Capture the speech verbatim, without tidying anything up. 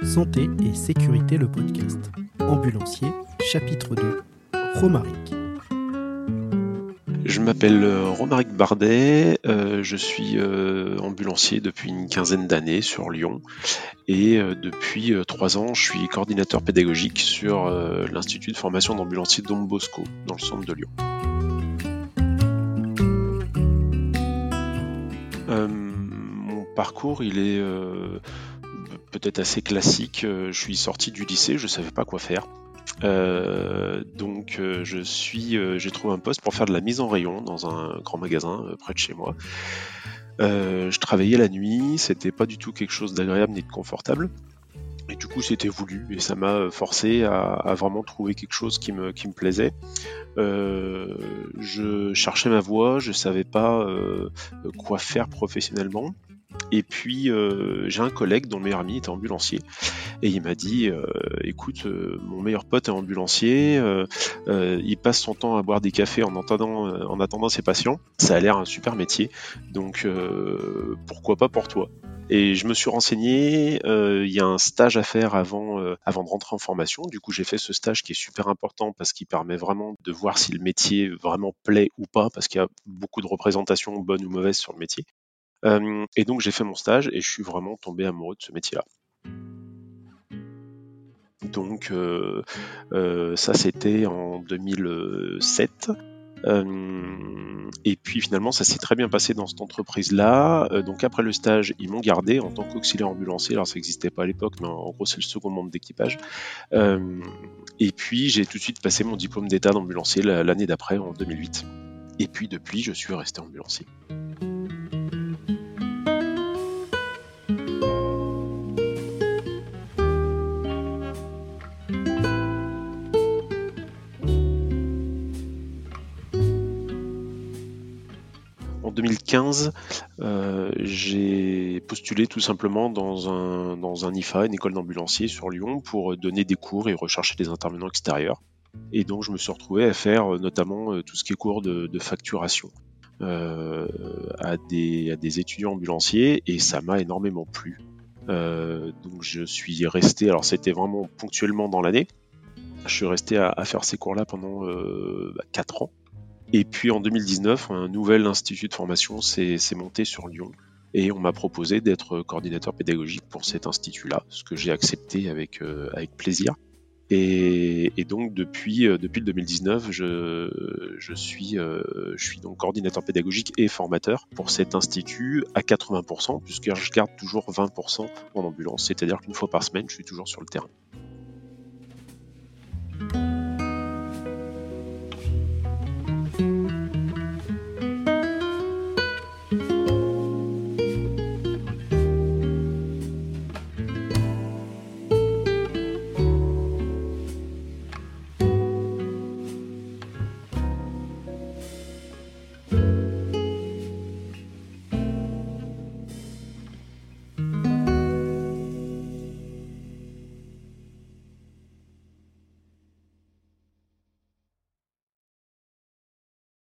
Santé et sécurité, le podcast. Ambulancier, chapitre deux. Romaric. Je m'appelle Romaric Bardet, euh, je suis euh, ambulancier depuis une quinzaine d'années sur Lyon et euh, depuis euh, trois ans je suis coordinateur pédagogique sur euh, l'Institut de formation d'ambulanciers Don Bosco dans le centre de Lyon. Euh, mon parcours il est euh, peut-être assez classique, je suis sorti du lycée, je ne savais pas quoi faire. Euh, donc euh, je suis, euh, j'ai trouvé un poste pour faire de la mise en rayon dans un grand magasin euh, près de chez moi. Euh, je travaillais la nuit, c'était pas du tout quelque chose d'agréable ni de confortable. Et du coup c'était voulu et ça m'a forcé à, à vraiment trouver quelque chose qui me, qui me plaisait. Euh, je cherchais ma voie, je savais pas euh, quoi faire professionnellement. Et puis euh, j'ai un collègue dont le meilleur ami était ambulancier et il m'a dit euh, écoute euh, mon meilleur pote est ambulancier, euh, euh, il passe son temps à boire des cafés en attendant, euh, en attendant ses patients, ça a l'air un super métier, donc euh, pourquoi pas pour toi. Et je me suis renseigné, euh, il y a un stage à faire avant, euh, avant de rentrer en formation, du coup j'ai fait ce stage qui est super important parce qu'il permet vraiment de voir si le métier vraiment plaît ou pas, parce qu'il y a beaucoup de représentations bonnes ou mauvaises sur le métier. Euh, et donc j'ai fait mon stage et je suis vraiment tombé amoureux de ce métier-là. Donc euh, euh, ça c'était en deux mille sept. Euh, et puis finalement ça s'est très bien passé dans cette entreprise-là. Euh, donc après le stage, ils m'ont gardé en tant qu'auxiliaire ambulancier. Alors ça n'existait pas à l'époque, mais en gros c'est le second membre d'équipage. Euh, et puis j'ai tout de suite passé mon diplôme d'état d'ambulancier l'année d'après, en deux mille huit. Et puis depuis, je suis resté ambulancier. En deux mille quinze, euh, j'ai postulé tout simplement dans un, dans un I F A, une école d'ambulancier sur Lyon, pour donner des cours et rechercher des intervenants extérieurs. Et donc je me suis retrouvé à faire notamment tout ce qui est cours de, de facturation euh, à, des, à des étudiants ambulanciers, et ça m'a énormément plu. Euh, donc je suis resté, alors c'était vraiment ponctuellement dans l'année, je suis resté à, à faire ces cours-là pendant euh, bah, quatre ans. Et puis en deux mille dix-neuf, un nouvel institut de formation s'est, s'est monté sur Lyon et on m'a proposé d'être coordinateur pédagogique pour cet institut-là, ce que j'ai accepté avec, euh, avec plaisir. Et, et donc depuis, euh, depuis le deux mille dix-neuf, je, je, suis, euh, je suis donc coordinateur pédagogique et formateur pour cet institut à quatre-vingts pour cent, puisque je garde toujours vingt pour cent en ambulance, c'est-à-dire qu'une fois par semaine, je suis toujours sur le terrain.